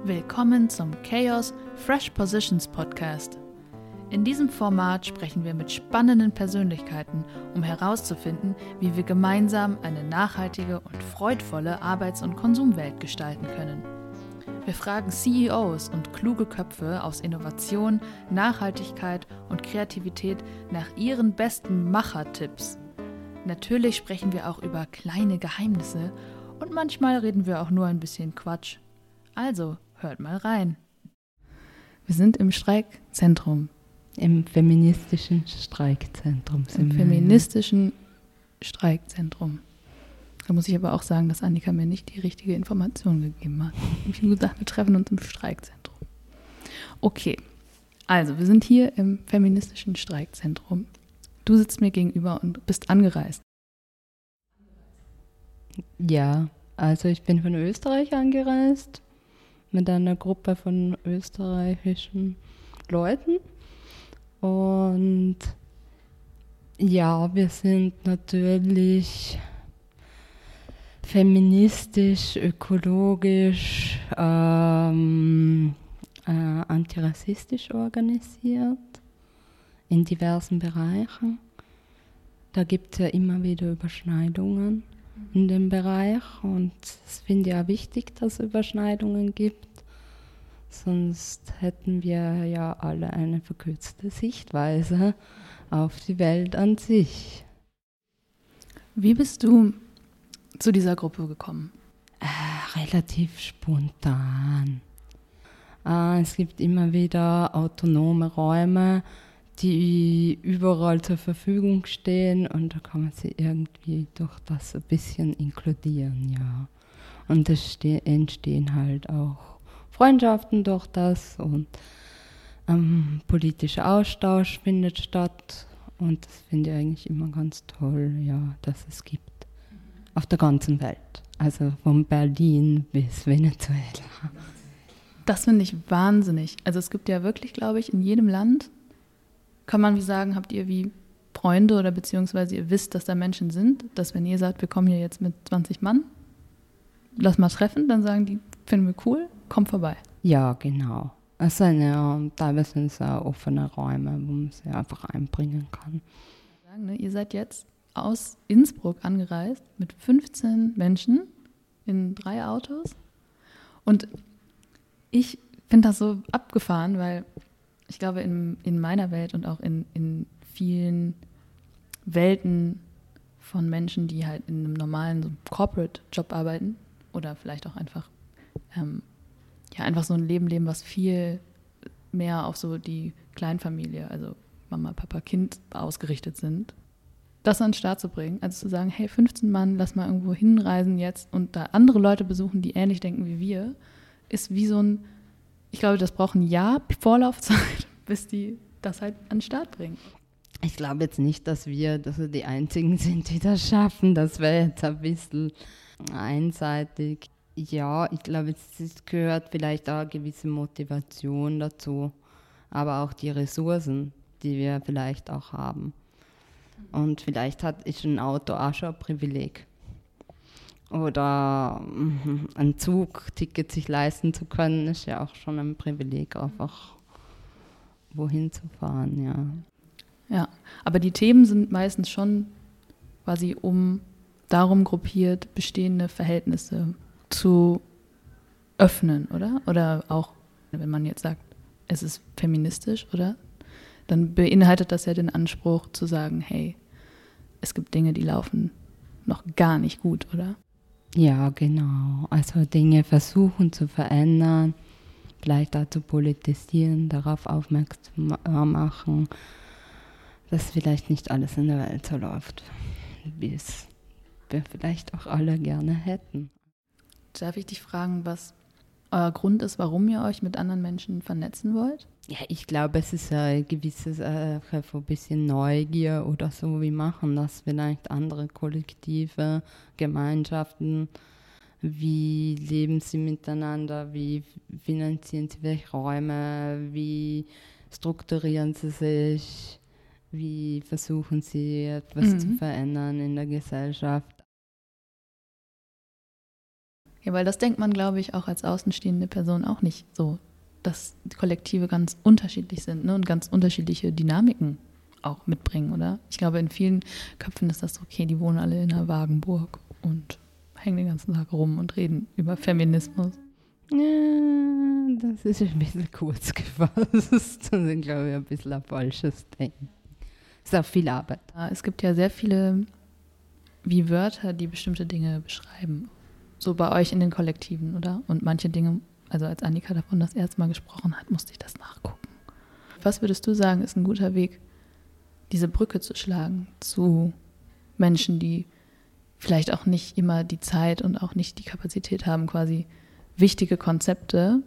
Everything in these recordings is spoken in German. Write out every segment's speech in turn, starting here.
Willkommen zum Chaos Fresh Positions Podcast. In diesem Format sprechen wir mit spannenden Persönlichkeiten, um herauszufinden, wie wir gemeinsam eine nachhaltige und freudvolle Arbeits- und Konsumwelt gestalten können. Wir fragen CEOs und kluge Köpfe aus Innovation, Nachhaltigkeit und Kreativität nach ihren besten Machertipps. Natürlich sprechen wir auch über kleine Geheimnisse und manchmal reden wir auch nur ein bisschen Quatsch. Also, hört mal rein. Wir sind im Streikzentrum. Im feministischen Streikzentrum sind wir. Im feministischen Streikzentrum. Da muss ich aber auch sagen, dass Annika mir nicht die richtige Information gegeben hat. Ich habe gesagt, wir treffen uns im Streikzentrum. Okay, also wir sind hier im feministischen Streikzentrum. Du sitzt mir gegenüber und bist angereist. Ja, also ich bin von Österreich angereist mit einer Gruppe von österreichischen Leuten. Und ja, wir sind natürlich feministisch, ökologisch, antirassistisch organisiert in diversen Bereichen. Da gibt es ja immer wieder Überschneidungen in dem Bereich und es finde ich auch wichtig, dass es Überschneidungen gibt. Sonst hätten wir ja alle eine verkürzte Sichtweise auf die Welt an sich. Wie bist du zu dieser Gruppe gekommen? Relativ spontan. Es gibt immer wieder autonome Räume, die überall zur Verfügung stehen und da kann man sie irgendwie durch das ein bisschen inkludieren, ja. Und es entstehen halt auch Freundschaften durch das und politischer Austausch findet statt und das finde ich eigentlich immer ganz toll, ja, dass es gibt. Auf der ganzen Welt, also von Berlin bis Venezuela. Das finde ich wahnsinnig. Also es gibt ja wirklich, glaube ich, in jedem Land, kann man wie sagen, habt ihr wie Freunde oder beziehungsweise ihr wisst, dass da Menschen sind, dass wenn ihr sagt, wir kommen hier jetzt mit 20 Mann, lass mal treffen, dann sagen die, finden wir cool, komm vorbei. Ja, genau. Also teilweise sind es auch offene Räume, wo man sie einfach einbringen kann. Ihr seid jetzt aus Innsbruck angereist mit 15 Menschen in 3 Autos und ich finde das so abgefahren, weil ich glaube, in meiner Welt und auch in vielen Welten von Menschen, die halt in einem normalen so Corporate-Job arbeiten oder vielleicht auch einfach, einfach so ein Leben leben, was viel mehr auf so die Kleinfamilie, also Mama, Papa, Kind ausgerichtet sind, das an den Start zu bringen, also zu sagen, hey, 15 Mann, lass mal irgendwo hinreisen jetzt und da andere Leute besuchen, die ähnlich denken wie wir, ist wie so ein, ich glaube, das braucht ein Jahr Vorlaufzeit, bis die das halt an den Start bringen. Ich glaube jetzt nicht, dass wir die Einzigen sind, die das schaffen. Das wäre jetzt ein bisschen einseitig. Ja, ich glaube, es gehört vielleicht auch eine gewisse Motivation dazu, aber auch die Ressourcen, die wir vielleicht auch haben. Und vielleicht ist ein Auto auch schon ein Privileg. Oder ein Zugticket sich leisten zu können, ist ja auch schon ein Privileg, einfach wohin zu fahren, ja. Ja, aber die Themen sind meistens schon quasi darum gruppiert, bestehende Verhältnisse zu öffnen, oder? Oder auch, wenn man jetzt sagt, es ist feministisch, oder? Dann beinhaltet das ja den Anspruch zu sagen, hey, es gibt Dinge, die laufen noch gar nicht gut, oder? Ja, genau. Also Dinge versuchen zu verändern, vielleicht auch zu politisieren, darauf aufmerksam machen, dass vielleicht nicht alles in der Welt so läuft, wie es wir vielleicht auch alle gerne hätten. Darf ich dich fragen, was euer Grund ist, warum ihr euch mit anderen Menschen vernetzen wollt? Ja, ich glaube, es ist ein gewisses ein bisschen Neugier oder so. Wie machen das vielleicht andere Kollektive, Gemeinschaften? Wie leben sie miteinander? Wie finanzieren sie welche Räume? Wie strukturieren sie sich? Wie versuchen sie etwas zu verändern in der Gesellschaft? Ja, weil das denkt man, glaube ich, auch als außenstehende Person auch nicht so, dass die Kollektive ganz unterschiedlich sind, ne, und ganz unterschiedliche Dynamiken auch mitbringen, oder? Ich glaube, in vielen Köpfen ist das so, okay, die wohnen alle in einer Wagenburg und hängen den ganzen Tag rum und reden über Feminismus. Ja, das ist ein bisschen kurz gefasst. Das ist, glaube ich, ein bisschen ein falsches Denken. Es ist auch viel Arbeit. Es gibt ja sehr viele wie Wörter, die bestimmte Dinge beschreiben. So bei euch in den Kollektiven, oder? Und manche Dinge, also als Annika davon das erste Mal gesprochen hat, musste ich das nachgucken. Was würdest du sagen, ist ein guter Weg, diese Brücke zu schlagen zu Menschen, die vielleicht auch nicht immer die Zeit und auch nicht die Kapazität haben, quasi wichtige Konzepte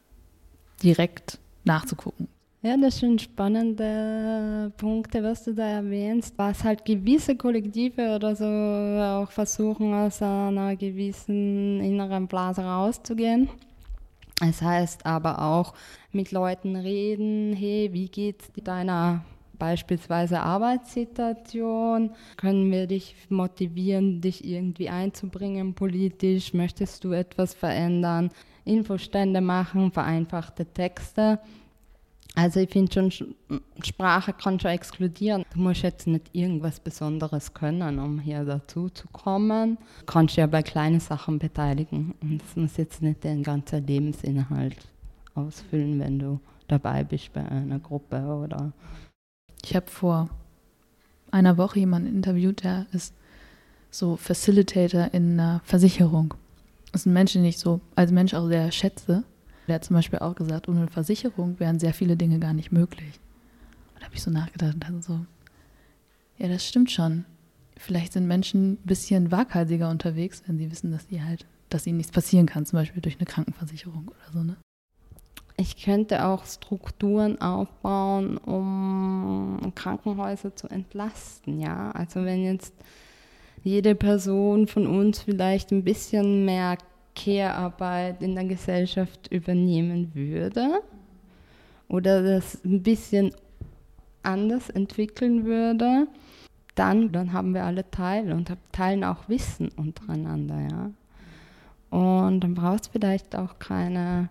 direkt nachzugucken? Ja, das sind spannende Punkte, was du da erwähnst, was halt gewisse Kollektive oder so auch versuchen, aus einer gewissen inneren Blase rauszugehen. Das heißt aber auch mit Leuten reden, hey, wie geht's deiner beispielsweise Arbeitssituation? Können wir dich motivieren, dich irgendwie einzubringen politisch? Möchtest du etwas verändern? Infostände machen, vereinfachte Texte. Also ich finde schon, Sprache kann schon exkludieren. Du musst jetzt nicht irgendwas Besonderes können, um hier dazu zu kommen. Du kannst ja bei kleinen Sachen beteiligen. Und es muss jetzt nicht den ganzen Lebensinhalt ausfüllen, wenn du dabei bist bei einer Gruppe oder... Ich habe vor einer Woche jemanden interviewt, der ist so Facilitator in einer Versicherung. Das ist ein Mensch, den ich so als Mensch auch sehr schätze. Der hat zum Beispiel auch gesagt, ohne eine Versicherung wären sehr viele Dinge gar nicht möglich. Und da habe ich so nachgedacht und dachte so, ja, das stimmt schon. Vielleicht sind Menschen ein bisschen waghalsiger unterwegs, wenn sie wissen, dass ihnen nichts passieren kann, zum Beispiel durch eine Krankenversicherung oder so, ne? Ich könnte auch Strukturen aufbauen, um Krankenhäuser zu entlasten, ja. Also wenn jetzt jede Person von uns vielleicht ein bisschen mehr Care-Arbeit in der Gesellschaft übernehmen würde oder das ein bisschen anders entwickeln würde, dann haben wir alle Teile und teilen auch Wissen untereinander, ja. Und dann braucht es vielleicht auch keine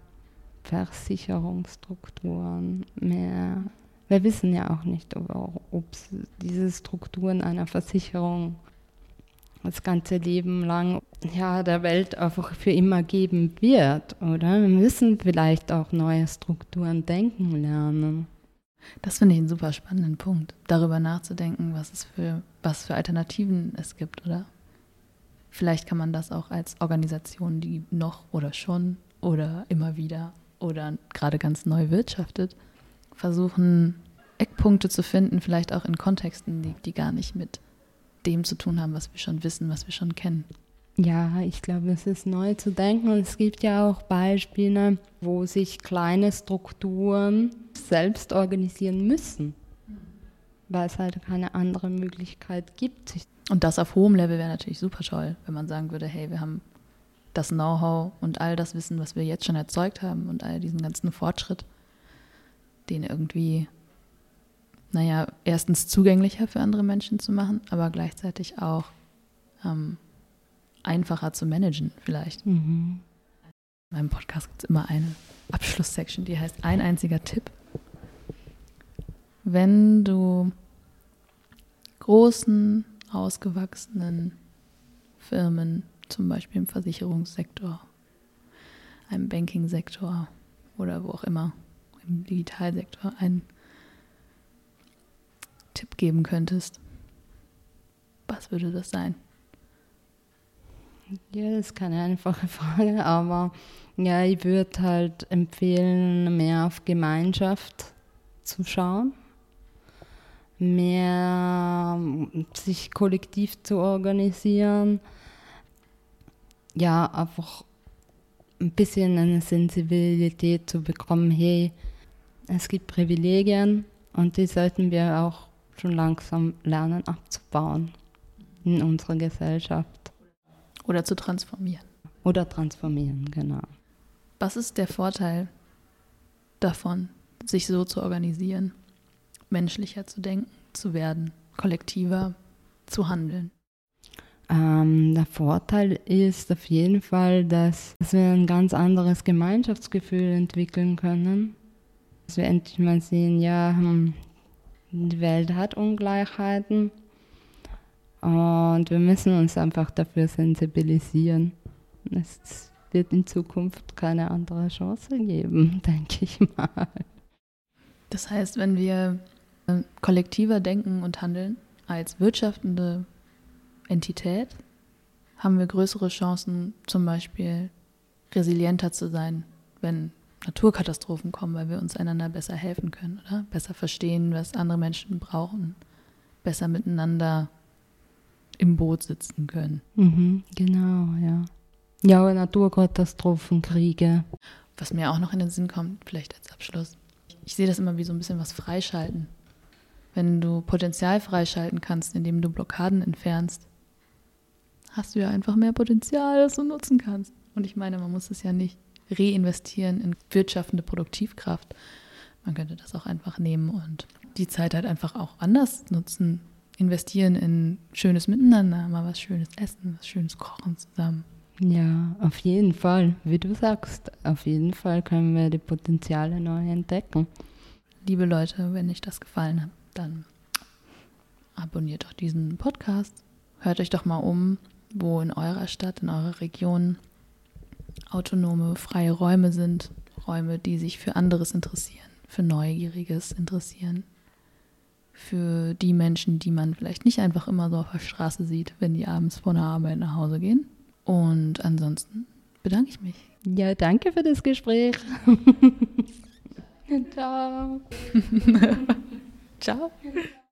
Versicherungsstrukturen mehr. Wir wissen ja auch nicht, ob es diese Strukturen einer Versicherung das ganze Leben lang der Welt einfach für immer geben wird, oder? Wir müssen vielleicht auch neue Strukturen denken lernen. Das finde ich einen super spannenden Punkt, darüber nachzudenken, was für Alternativen es gibt, oder? Vielleicht kann man das auch als Organisation, die noch oder schon oder immer wieder oder gerade ganz neu wirtschaftet, versuchen, Eckpunkte zu finden, vielleicht auch in Kontexten, die gar nicht mit dem zu tun haben, was wir schon wissen, was wir schon kennen. Ja, ich glaube, es ist neu zu denken und es gibt ja auch Beispiele, wo sich kleine Strukturen selbst organisieren müssen, weil es halt keine andere Möglichkeit gibt. Und das auf hohem Level wäre natürlich super toll, wenn man sagen würde, hey, wir haben das Know-how und all das Wissen, was wir jetzt schon erzeugt haben und all diesen ganzen Fortschritt, den irgendwie, erstens zugänglicher für andere Menschen zu machen, aber gleichzeitig auch einfacher zu managen vielleicht. Mhm. In meinem Podcast gibt es immer eine Abschlusssection, die heißt ein einziger Tipp. Wenn du großen, ausgewachsenen Firmen, zum Beispiel im Versicherungssektor, im Banking-Sektor oder wo auch immer, im Digitalsektor, einen Tipp geben könntest, was würde das sein? Ja, das ist keine einfache Frage, aber ja, ich würde halt empfehlen, mehr auf Gemeinschaft zu schauen, mehr sich kollektiv zu organisieren, ja, einfach ein bisschen eine Sensibilität zu bekommen, hey, es gibt Privilegien und die sollten wir auch schon langsam lernen abzubauen in unserer Gesellschaft. Oder zu transformieren. Oder transformieren, genau. Was ist der Vorteil davon, sich so zu organisieren, menschlicher zu denken, zu werden, kollektiver zu handeln? Der Vorteil ist auf jeden Fall, dass wir ein ganz anderes Gemeinschaftsgefühl entwickeln können. Dass wir endlich mal sehen, ja, die Welt hat Ungleichheiten und wir müssen uns einfach dafür sensibilisieren. Es wird in Zukunft keine andere Chance geben, denke ich mal. Das heißt, wenn wir kollektiver denken und handeln als wirtschaftende Entität, haben wir größere Chancen, zum Beispiel resilienter zu sein, wenn Naturkatastrophen kommen, weil wir uns einander besser helfen können, oder? Besser verstehen, was andere Menschen brauchen, besser miteinander im Boot sitzen können. Genau, ja. Ja, aber Naturkatastrophen, Kriege. Was mir auch noch in den Sinn kommt, vielleicht als Abschluss. Ich sehe das immer wie so ein bisschen was freischalten. Wenn du Potenzial freischalten kannst, indem du Blockaden entfernst, hast du ja einfach mehr Potenzial, das du nutzen kannst. Und ich meine, man muss es ja nicht reinvestieren in wirtschaftende Produktivkraft. Man könnte das auch einfach nehmen und die Zeit halt einfach auch anders nutzen. Investieren in schönes Miteinander, mal was Schönes essen, was Schönes kochen zusammen. Ja, auf jeden Fall, wie du sagst, auf jeden Fall können wir die Potenziale neu entdecken. Liebe Leute, wenn euch das gefallen hat, dann abonniert doch diesen Podcast. Hört euch doch mal um, wo in eurer Stadt, in eurer Region autonome, freie Räume sind. Räume, die sich für anderes interessieren, für Neugieriges interessieren. Für die Menschen, die man vielleicht nicht einfach immer so auf der Straße sieht, wenn die abends vor der Arbeit nach Hause gehen. Und ansonsten bedanke ich mich. Ja, danke für das Gespräch. Ciao. Ciao.